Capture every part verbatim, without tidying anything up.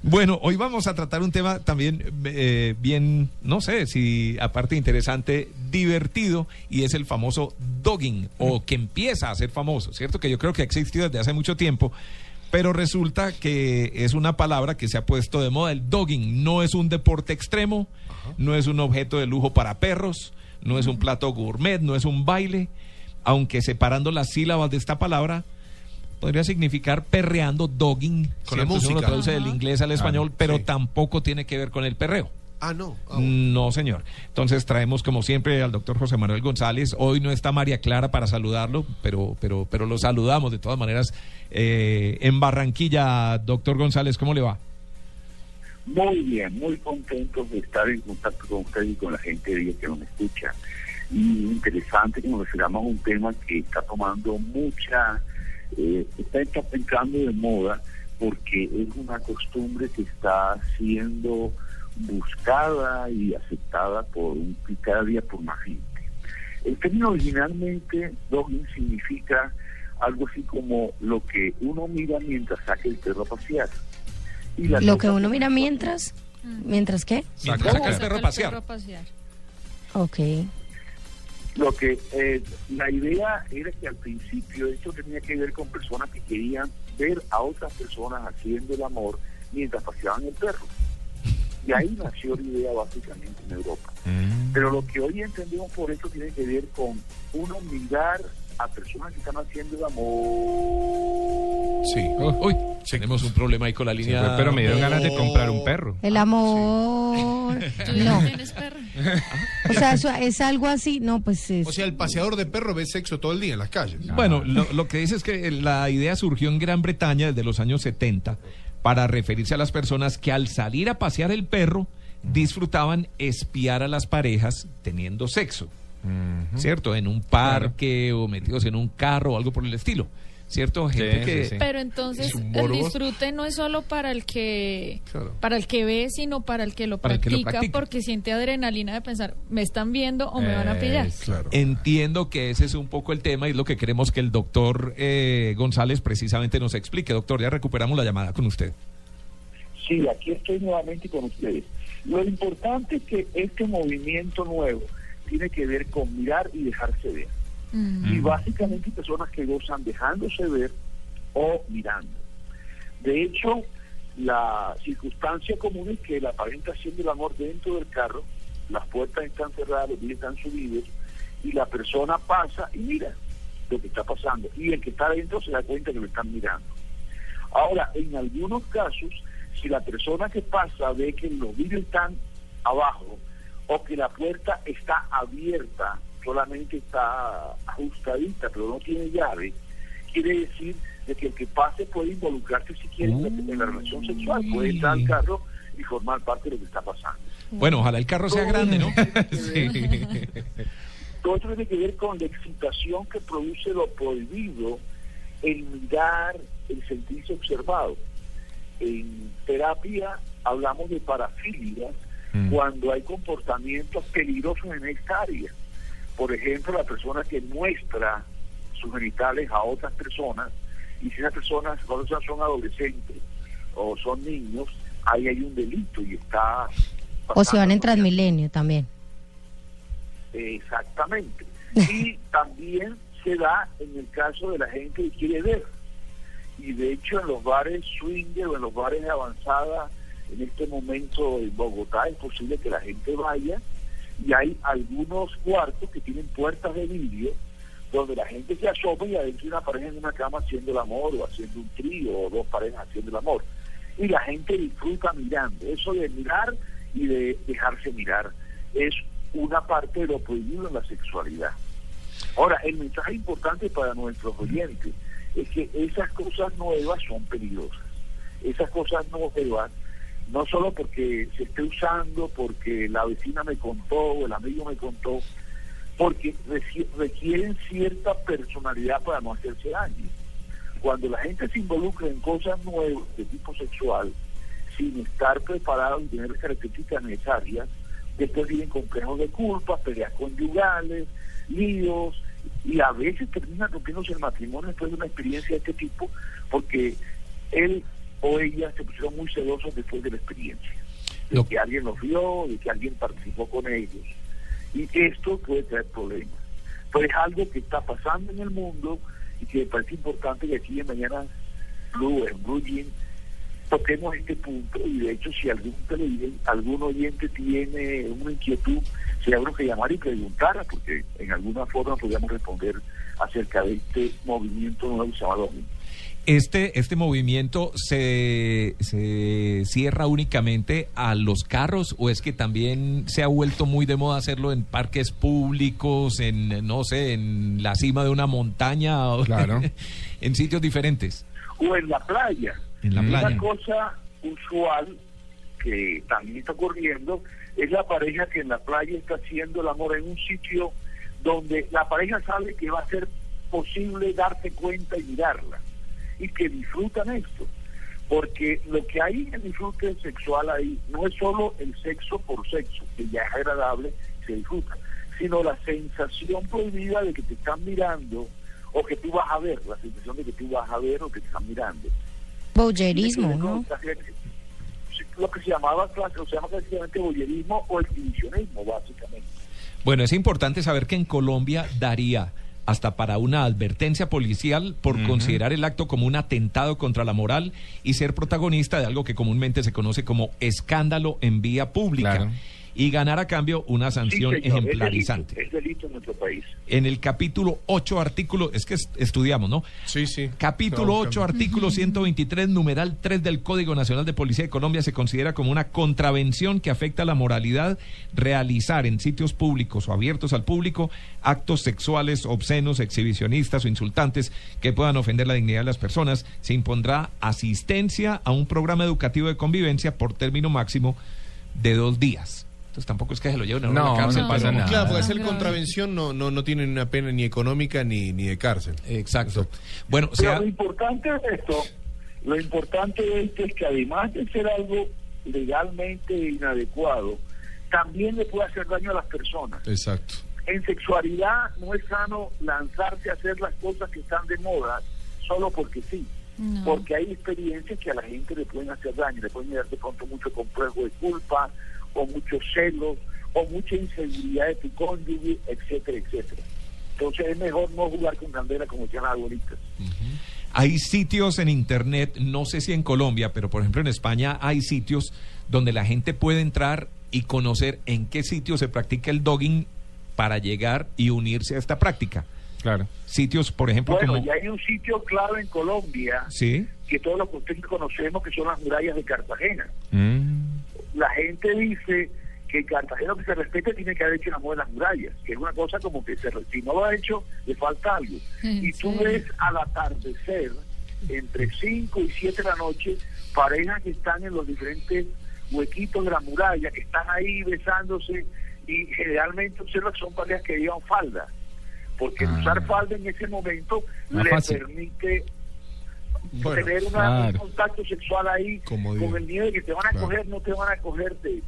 Bueno, hoy vamos a tratar un tema también eh, bien, no sé, si aparte interesante, divertido, y es el famoso dogging, o que empieza a ser famoso, ¿cierto? Que yo creo que ha existido desde hace mucho tiempo, pero resulta que es una palabra que se ha puesto de moda. El dogging no es un deporte extremo, Ajá. no es un objeto de lujo para perros, no es un plato gourmet, no es un baile, aunque separando las sílabas de esta palabra podría significar perreando, dogging, con la música. Uno lo traduce Ajá. del inglés al español, ah, pero sí. tampoco tiene que ver con el perreo. Ah, no. Oh. No, señor. Entonces traemos, como siempre, al doctor José Manuel González. Hoy no está María Clara para saludarlo, pero, pero, pero lo saludamos de todas maneras. Eh, en Barranquilla, doctor González, ¿cómo le va? Muy bien, muy contentos de estar en contacto con usted y con la gente de que nos escucha. Y interesante que nos refiramos a un tema que está tomando mucha... Eh, está entrando de moda porque es una costumbre que está siendo buscada y aceptada por un, cada día por más gente. El término originalmente, dogging, significa algo así como lo que uno mira mientras saca el perro a pasear. Y lo que uno mira mientras, ¿mientras qué? Mientras saca el perro a pasear. Ok. Lo que eh, la idea era que al principio esto tenía que ver con personas que querían ver a otras personas haciendo el amor mientras paseaban el perro. Y ahí nació la idea básicamente en Europa. Mm. Pero lo que hoy entendemos por esto tiene que ver con uno mirar a personas que están haciendo el amor. Sí. Oh, uy, tenemos un problema ahí con la línea. Sí, pero me dieron ganas de comprar un perro. El amor. Sí. No. ¿Tienes perro? O sea, eso es algo así. No, pues es... O sea, el paseador de perro ve sexo todo el día en las calles. Ah. Bueno, lo, lo que dice es que la idea surgió en Gran Bretaña desde los años setenta para referirse a las personas que al salir a pasear el perro disfrutaban espiar a las parejas teniendo sexo. Uh-huh. ¿Cierto? En un parque, claro, o metidos en un carro o algo por el estilo, ¿cierto? Gente sí, que... sí, sí. Pero entonces el disfrute no es solo para el que claro. para el que ve, sino para el que lo, para practica, el que lo practica, porque siente adrenalina de pensar, me están viendo o me eh, van a pillar. Claro. Entiendo que ese es un poco el tema y es lo que queremos que el doctor eh, González precisamente nos explique. Doctor, ya recuperamos la llamada con usted. Sí, aquí estoy nuevamente con ustedes. Lo importante es que este movimiento nuevo tiene que ver con mirar y dejarse ver. Mm. Y básicamente personas que gozan dejándose ver o mirando. De hecho, la circunstancia común es que la pareja está haciendo el amor dentro del carro, las puertas están cerradas, los vidrios están subidos, y la persona pasa y mira lo que está pasando. Y el que está adentro se da cuenta que lo están mirando. Ahora, en algunos casos, si la persona que pasa ve que los vidrios están abajo, o que la puerta está abierta, solamente está ajustadita, pero no tiene llave, quiere decir de que el que pase puede involucrarse si quiere uh, en la relación sexual, puede entrar al carro y formar parte de lo que está pasando. Bueno, ojalá el carro sea todo grande, ¿no? Sí. Todo esto tiene que ver con la excitación que produce lo prohibido, el mirar, el sentirse observado. En terapia hablamos de parafilias, cuando hay comportamientos peligrosos en esta área. Por ejemplo, la persona que muestra sus genitales a otras personas, y si esas personas, cuando son adolescentes o son niños, ahí hay un delito y está... O se van en Transmilenio también. Exactamente. Y también se da en el caso de la gente que quiere ver. Y de hecho en los bares swinger o en los bares de avanzada, en este momento en Bogotá es posible que la gente vaya y hay algunos cuartos que tienen puertas de vidrio donde la gente se asoma y adentro hay una pareja en una cama haciendo el amor o haciendo un trío o dos parejas haciendo el amor. Y la gente disfruta mirando. Eso de mirar y de dejarse mirar es una parte de lo prohibido en la sexualidad. Ahora, el mensaje importante para nuestros oyentes es que esas cosas nuevas son peligrosas. Esas cosas nuevas, no solo porque se esté usando, porque la vecina me contó o el amigo me contó, porque requieren cierta personalidad para no hacerse daño. Cuando la gente se involucra en cosas nuevas de tipo sexual, sin estar preparado y tener las características necesarias, después vienen complejos de culpa, peleas conyugales, líos, y a veces termina rompiéndose el matrimonio después de una experiencia de este tipo, porque él o ellas se pusieron muy celosos después de la experiencia, de Lo... que alguien los vio, de que alguien participó con ellos. Y esto puede traer problemas. Pero es algo que está pasando en el mundo y que me parece importante que aquí en Mañana Blue, en Blue Jean, toquemos este punto. Y de hecho, si algún televidente, algún oyente tiene una inquietud, sería bueno que llamara y preguntara, porque en alguna forma podríamos responder acerca de este movimiento nuevo llamado. Este, este movimiento se, se cierra únicamente a los carros, o es que también se ha vuelto muy de moda hacerlo en parques públicos, en, no sé, en la cima de una montaña, o claro. en sitios diferentes? O en la playa. En la playa. Una cosa usual que también está ocurriendo es la pareja que en la playa está haciendo el amor en un sitio donde la pareja sabe que va a ser posible darse cuenta y mirarla, y que disfrutan esto, porque lo que hay en el disfrute sexual ahí no es solo el sexo por sexo, que ya es agradable, se disfruta, sino la sensación prohibida de que te están mirando o que tú vas a ver, la sensación de que tú vas a ver o que te están mirando. Voyerismo, ¿no? Lo que se llamaba, o se llama clásicamente voyerismo o exhibicionismo, básicamente. Bueno, es importante saber que en Colombia daría hasta para una advertencia policial por uh-huh. considerar el acto como un atentado contra la moral y ser protagonista de algo que comúnmente se conoce como escándalo en vía pública. Claro. Y ganar a cambio una sanción sí, ejemplarizante. Es delito, es delito en nuestro país. En el capítulo ocho, artículo, es que estudiamos, ¿no? Sí, sí. Capítulo no, ocho, artículo ciento veintitrés, numeral tres del Código Nacional de Policía de Colombia, se considera como una contravención que afecta a la moralidad realizar en sitios públicos o abiertos al público actos sexuales, obscenos, exhibicionistas o insultantes que puedan ofender la dignidad de las personas. Se impondrá asistencia a un programa educativo de convivencia por término máximo de dos días. Entonces tampoco es que se lo lleven a no, la cárcel. No pasa nada. Claro, porque no, hacer no, contravención no, no, no tiene una pena ni económica ni, ni de cárcel. Exacto. Exacto. Bueno, Pero sea... lo importante de esto, lo importante de esto es que además de ser algo legalmente inadecuado, también le puede hacer daño a las personas. Exacto. En sexualidad no es sano lanzarse a hacer las cosas que están de moda solo porque sí. No. Porque hay experiencias que a la gente le pueden hacer daño, le pueden dar de pronto mucho complejo de culpa, o muchos celos, o mucha inseguridad de tu cónyuge, etcétera, etcétera. Entonces es mejor no jugar con candela, como decían las abuelitas. Uh-huh. Hay sitios en internet, no sé si en Colombia, pero por ejemplo en España hay sitios donde la gente puede entrar y conocer en qué sitio se practica el dogging para llegar y unirse a esta práctica. Claro. Sitios, por ejemplo, bueno, como... ya hay un sitio clave en Colombia, ¿sí? Que todos los que ustedes conocemos, que son las murallas de Cartagena. Mm. La gente dice que el cartageno que se respete tiene que haber hecho el amor en las murallas, que es una cosa como que se, si no lo ha hecho, le falta algo. Y tú sí. ves al atardecer, entre cinco y siete de la noche, parejas que están en los diferentes huequitos de la muralla, que están ahí besándose, y generalmente observa que son parejas que llevan falda, porque ah. usar falda en ese momento no le fácil. permite bueno, tener una, claro. un contacto sexual ahí, como con el miedo de que te van a claro. coger, no te van a coger de...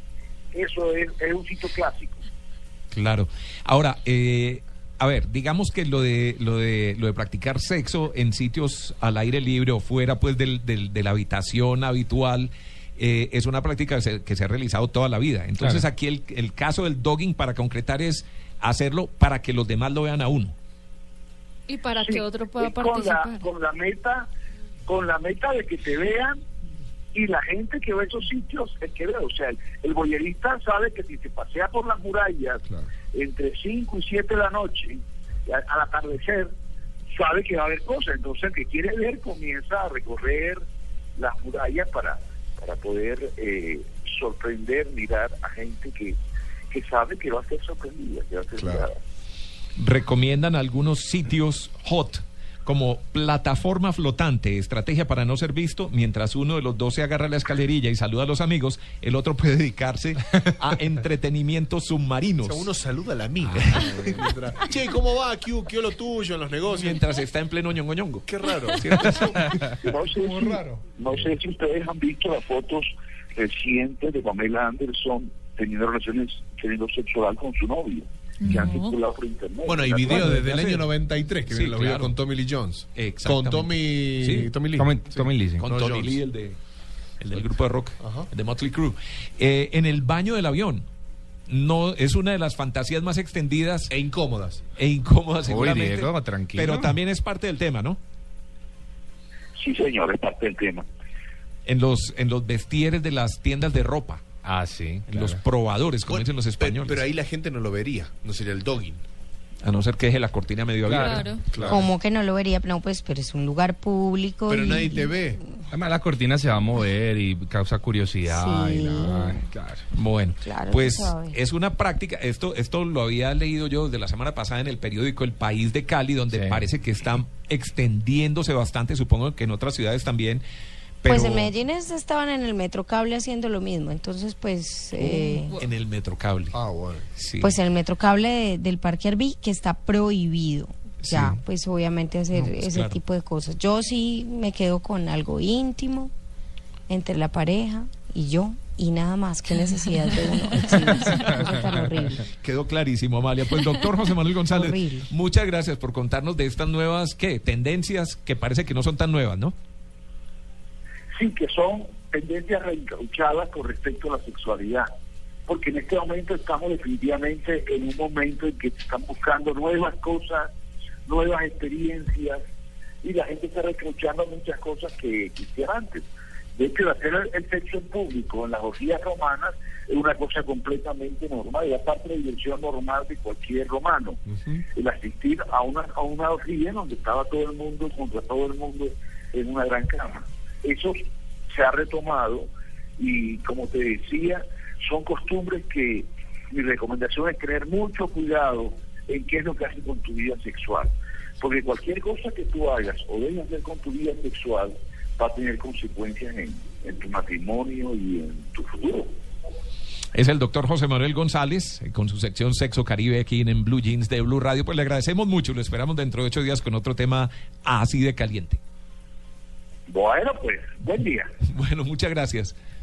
Eso es, es un sitio clásico. Claro. Ahora, eh, a ver, digamos que lo de lo de lo de practicar sexo en sitios al aire libre o fuera pues del, del, de la habitación habitual eh, es una práctica que se, que se ha realizado toda la vida. Entonces claro. aquí el, el caso del dogging, para concretar, es hacerlo para que los demás lo vean a uno. Y para sí, que otro pueda con participar. La, con la meta, con la meta de que te vean. Y la gente que ve esos sitios es que ve, o sea, el, el voyerista sabe que si se pasea por las murallas claro. entre cinco y siete de la noche, a, al atardecer, sabe que va a haber cosas. Entonces el que quiere ver comienza a recorrer las murallas para, para poder eh, sorprender, mirar a gente que, que sabe que va a ser sorprendida, que va a ser claro. mirada. Recomiendan algunos sitios hot como plataforma flotante, estrategia para no ser visto. Mientras uno de los dos se agarra la escalerilla y saluda a los amigos, el otro puede dedicarse a entretenimientos submarinos. O sea, uno saluda a la amiga. Ah. Che, ¿cómo va? ¿Qué, qué lo tuyo en los negocios? Mientras está en pleno ñongo ñongo. Qué raro. No sé, si, raro. no sé si ustedes han visto las fotos recientes de Pamela Anderson teniendo relaciones, teniendo sexual con su novio. que han circulado por internet. Bueno, hay videos desde el año noventa y tres que sí, vienen los claro. videos con Tommy Lee Jones. Exactamente. Con Tommy, Sí. Tommy Lee. Tommy, Sí. Tommy Lee, sí. Con No Tony Jones. Lee, el, de, el del grupo de rock, Ajá. el de Motley Crue. Eh, en el baño del avión. No, es una de las fantasías más extendidas E incómodas. e incómodas Uy, seguramente. Diego, tranquilo. Pero también es parte del tema, ¿no? Sí, señor, es parte del tema. En los, en los vestieres de las tiendas de ropa, Ah, sí. en claro. los probadores, como Bueno, dicen los pero, españoles. pero ahí la gente no lo vería. No sería el dogging. A no ser que deje la cortina medio abierta. Claro. Claro. ¿Cómo que no lo vería? No, pues, pero es un lugar público. Pero y- nadie te ve. Además, la cortina se va a mover y causa curiosidad. Sí. Y nada, claro. Bueno, Claro, pues se sabe. es una práctica, esto esto lo había leído yo desde la semana pasada en el periódico El País de Cali, donde Sí. parece que están extendiéndose bastante, supongo que en otras ciudades también. Pero Pues en Medellín es- estaban en el Metrocable haciendo lo mismo. Entonces, pues, eh, en el Metrocable. Ah, bueno. Sí. pues el Metrocable de- del Parque Arví, que está prohibido. Ya, Sí. pues obviamente hacer No, pues, ese claro. tipo de cosas. Yo sí me quedo con algo íntimo entre la pareja y yo y nada más. ¿Qué necesidad de uno exhibirse? Qué cosa tan horrible. Quedó clarísimo, Amalia. Pues doctor José Manuel González, Horrible. muchas gracias por contarnos de estas nuevas, ¿qué? Tendencias que parece que no son tan nuevas, ¿no? Sí, que son tendencias reencauchadas con respecto a la sexualidad. Porque en este momento estamos definitivamente en un momento en que se están buscando nuevas cosas, nuevas experiencias, y la gente está recauchando muchas cosas que existían antes. De hecho, el hacer el, el sexo en público en las orgías romanas es una cosa completamente normal, y aparte de diversión normal de cualquier romano. El asistir a una, a una orgía donde estaba todo el mundo contra todo el mundo en una gran cama. Eso se ha retomado y, como te decía, son costumbres que mi recomendación es tener mucho cuidado en qué es lo que haces con tu vida sexual. Porque cualquier cosa que tú hagas o dejes hacer con tu vida sexual va a tener consecuencias en, en tu matrimonio y en tu futuro. Es el doctor José Manuel González, eh, con su sección Sexo Caribe aquí en, en Blue Jeans de Blue Radio. Pues le agradecemos mucho, lo esperamos dentro de ocho días con otro tema así de caliente. Bueno, pues, buen día. Bueno, muchas gracias.